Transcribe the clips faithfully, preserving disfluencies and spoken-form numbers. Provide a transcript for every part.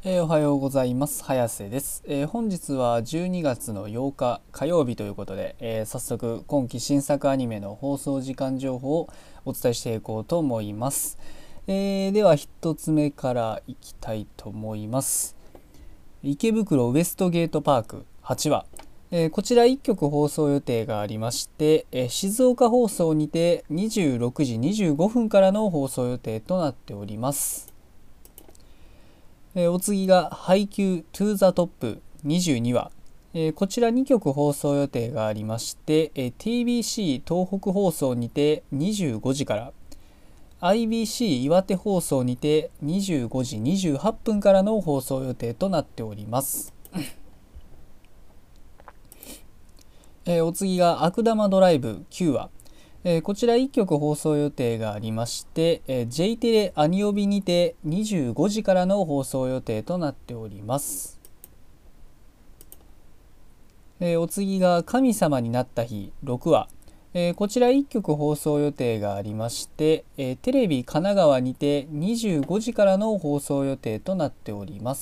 えーおはようございます。早瀬です。えー本日はじゅうにがつのようか火曜日ということで、えー早速今期新作アニメの放送時間情報をお伝えしていこうと思います。えーでは一つ目からいきたいと思います。池袋ウエストゲートパークはちわ、えーこちらいっきょく放送予定がありまして、えー静岡放送にてにじゅうろくじにじゅうごふんからの放送予定となっております。えーお次が配給トゥーザトップにじゅうにわ、えーこちらにきょく放送予定がありまして、えー ティービーシー 東北放送にてにじゅうごじから、 アイビーシー 岩手放送にてにじゅうごじにじゅうはっぷんからの放送予定となっております。えーお次が悪玉ドライブきゅうわ、えーこちらいっきょく放送予定がありまして、えー J テレアニオビにてにじゅうごじからの放送予定となっております。えーお次が神様になった日ろくわ、えーこちらいっきょく放送予定がありまして、えーテレビ神奈川にてにじゅうごじからの放送予定となっております。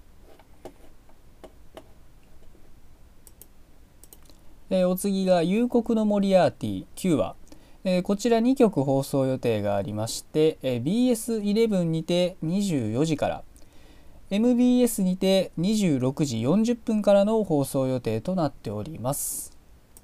えーお次が夕刻のモリアーティきゅうわ、えーこちらにきょく放送予定がありまして、えー ビーエスイレブン にてにじゅうよじから、 エムビーエス にてにじゅうろくじよんじゅっぷんからの放送予定となっております。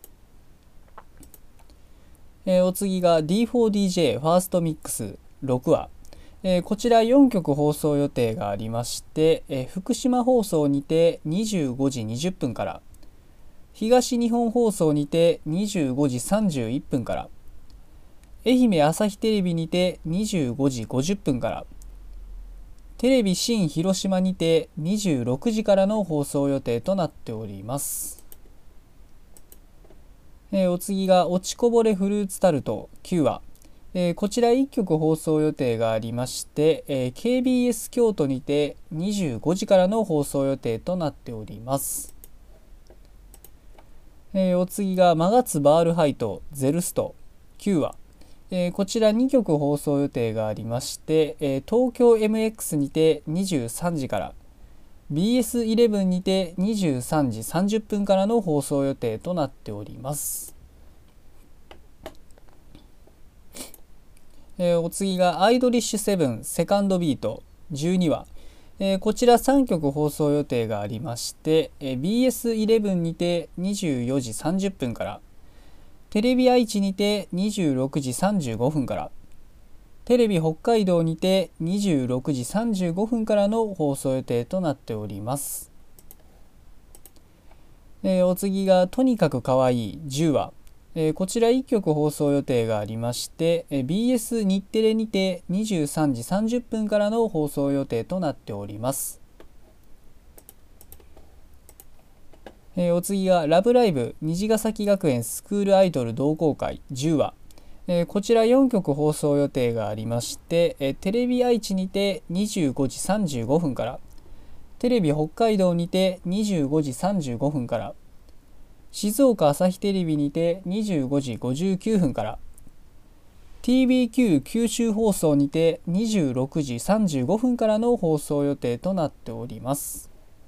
えーお次が ディーフォーディージェー ファーストミックスろくわ、えーこちらよんきょく放送予定がありまして、えー福島放送にてにじゅうごじにじゅっぷんから、東日本放送にてにじゅうごじさんじゅういっぷんから、愛媛朝日テレビにてにじゅうごじごじゅっぷんから、テレビ新広島にてにじゅうろくじからの放送予定となっております。えーお次が落ちこぼれフルーツタルトきゅうわ、えーこちらいっきょく放送予定がありまして、えー ケービーエス 京都にてにじゅうごじからの放送予定となっております。えーお次がマガツバールハイトゼルストきゅうわ、えーこちらにきょく放送予定がありまして、えー東京 エムエックス にてにじゅうさんじから、 ビーエスイレブン にてにじゅうさんじさんじゅっぷんからの放送予定となっております。えーお次がアイドリッシュセブンセカンドビートじゅうにわ、えーこちらさんきょく放送予定がありまして、えー ビーエスイレブン にてにじゅうよじさんじゅっぷんから、テレビ愛知にてにじゅうろくじさんじゅうごふんから、テレビ北海道にてにじゅうろくじさんじゅうごふんからの放送予定となっております。えーお次がとにかくかわいいじゅうわ、えーこちらいっきょく放送予定がありまして、えー ビーエス 日テレにてにじゅうさんじさんじゅっぷんからの放送予定となっております。えーお次がラブライブ虹ヶ崎学園スクールアイドル同好会じゅうわ、えーこちらよんきょく放送予定がありまして、えーテレビ愛知にてにじゅうごじさんじゅうごふんから、テレビ北海道にてにじゅうごじさんじゅうごふんから、静岡朝日テレビにてにじゅうごじごじゅうきゅうふんから、 ティービーキュー 九州放送にてにじゅうろくじさんじゅうごふんからの放送予定となっております。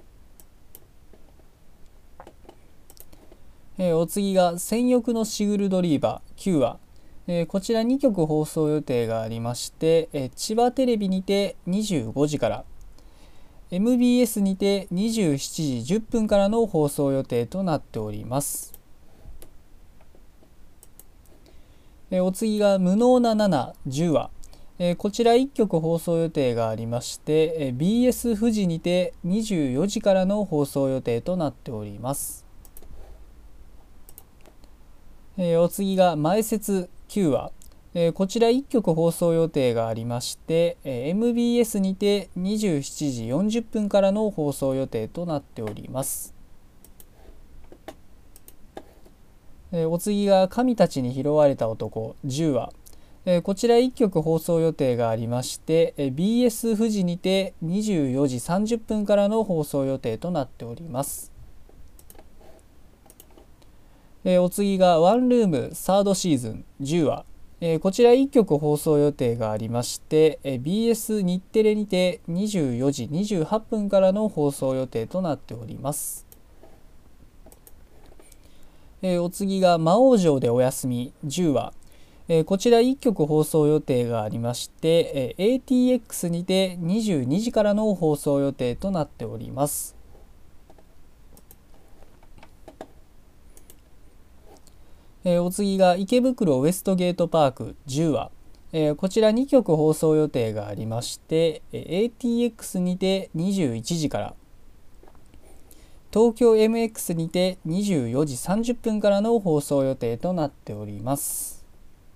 えーお次が戦翼のシグルドリーバーきゅうわ、えーこちらにきょく放送予定がありまして、えー千葉テレビにてにじゅうごじから、 エムビーエス にてにじゅうしちじじゅっぷんからの放送予定となっております。えーお次が無能なななじゅうわ、えーこちらいっきょく放送予定がありまして、えー ビーエス 富士にてにじゅうよじからの放送予定となっております。えーお次が前説きゅうわ、えーこちらいっきょく放送予定がありまして、えー エムビーエス にてにじゅうしちじよんじゅっぷんからの放送予定となっております。えーお次が神たちに拾われた男じゅうわ、えーこちらいっきょく放送予定がありまして、えー ビーエス 富士にてにじゅうよじさんじゅっぷんからの放送予定となっております。えーお次がワンルームサードシーズンじゅうわ、 えーこちらいっきょく放送予定がありまして、えー ビーエス 日テレにてにじゅうよじにじゅうはっぷんからの放送予定となっております。えーお次が魔王城でお休みじゅうわ、えーこちらいっきょく放送予定がありまして、えー エーティーエックス にてにじゅうにじからの放送予定となっております。えーお次が池袋ウエストゲートパークじゅうわ、えーこちらにきょく放送予定がありまして、えーエーティーエックス にてにじゅういちじから、東京 エムエックス にてにじゅうよじさんじゅっぷんからの放送予定となっております。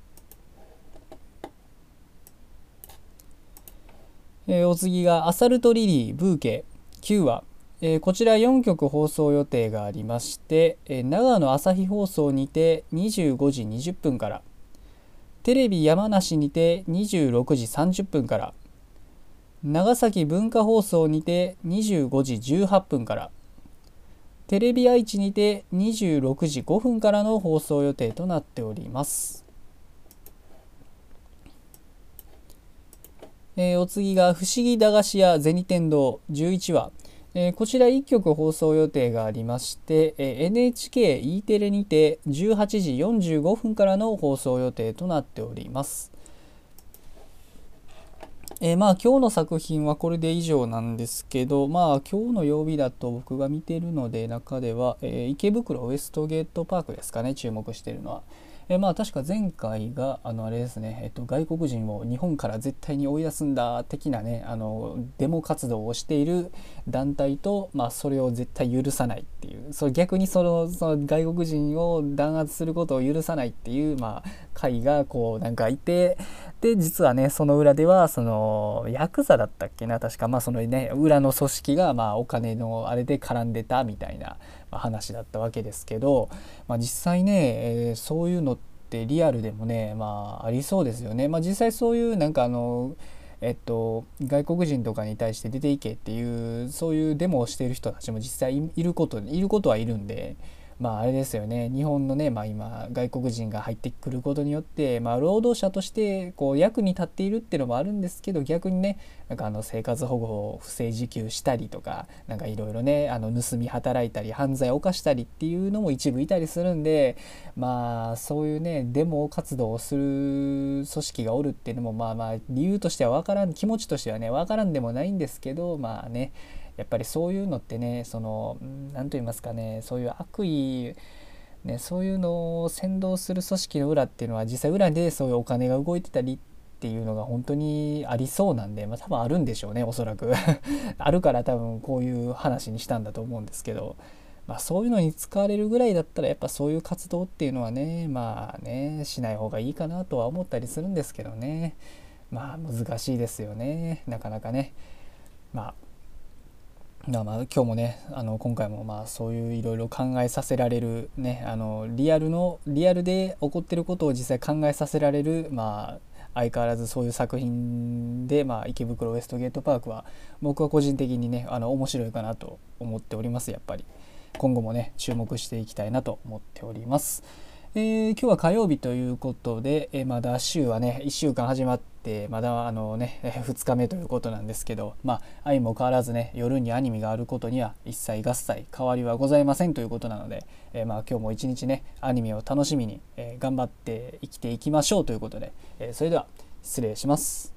えーお次がアサルトリリーブーケきゅうわ、えーこちらよんきょく放送予定がありまして、えー長野朝日放送にてにじゅうごじにじゅっぷんから、テレビ山梨にてにじゅうろくじさんじゅっぷんから、長崎文化放送にてにじゅうごじじゅうはっぷんから、テレビ愛知にてにじゅうろくじごふんからの放送予定となっております。えーお次が不思議駄菓子屋銭天堂じゅういちわ、えーこちらいっきょく放送予定がありまして、えーエヌエイチケー E テレにてじゅうはちじよんじゅうごふんからの放送予定となっております。えーまあ今日の作品はこれで以上なんですけど、まあ今日の曜日だと僕が見てるので中では、えー池袋ウエストゲートパークですかね、注目しているのは。えーまあ確か前回があのあれですね、えっと、外国人を日本から絶対に追い出すんだ的なね、あのデモ活動をしている団体と、まあ、それを絶対許さないっていう、それ逆にそのその外国人を弾圧することを許さないっていう、まあ、会がこうなんかいて、で実はねその裏ではそのヤクザだったっけな、確か、まあそのね裏の組織がまあお金のあれで絡んでたみたいな話だったわけですけど、まあ、実際ね、えーそういうのってリアルでもね、まあ、ありそうですよね。まあ、実際そういうなんかあのえっと、外国人とかに対して出ていけっていうそういうデモをしている人たちも実際いることいることはいるんで、まああれですよね、日本のね、まあ、今外国人が入ってくることによって、まあ、労働者としてこう役に立っているっていうのもあるんですけど、逆にねなんかあの生活保護を不正受給したりとか、なんかいろいろねあの盗み働いたり犯罪を犯したりっていうのも一部いたりするんで、まあそういうねデモ活動をする組織がおるっていうのもまあまあ理由としては分からん、気持ちとしてはね分からんでもないんですけど、まあねやっぱりそういうのってね、その何と言いますかね、そういう悪意ね、そういうのを扇動する組織の裏っていうのは実際裏でそういうお金が動いてたりっていうのが本当にありそうなんで、まあ多分あるんでしょうね、おそらくあるから多分こういう話にしたんだと思うんですけど、まあそういうのに使われるぐらいだったらやっぱそういう活動っていうのはね、まあねしない方がいいかなとは思ったりするんですけどね。まあ難しいですよね、なかなかね。まあまあまあ今日もねあの今回もまあそういういろいろ考えさせられるね、あのリアルのリアルで起こってることを実際考えさせられる、まあ相変わらずそういう作品で、まあ、池袋ウエストゲートパークは僕は個人的にねあの面白いかなと思っております。やっぱり今後もね注目していきたいなと思っております。えー、今日は火曜日ということで、えーまだ週はねいっしゅうかん始まってまだあのねふつかめということなんですけど、まあ相も変わらずね夜にアニメがあることには一切合切変わりはございませんということなので、えーまあ今日も一日ねアニメを楽しみに、えー頑張って生きていきましょうということで、えーそれでは失礼します。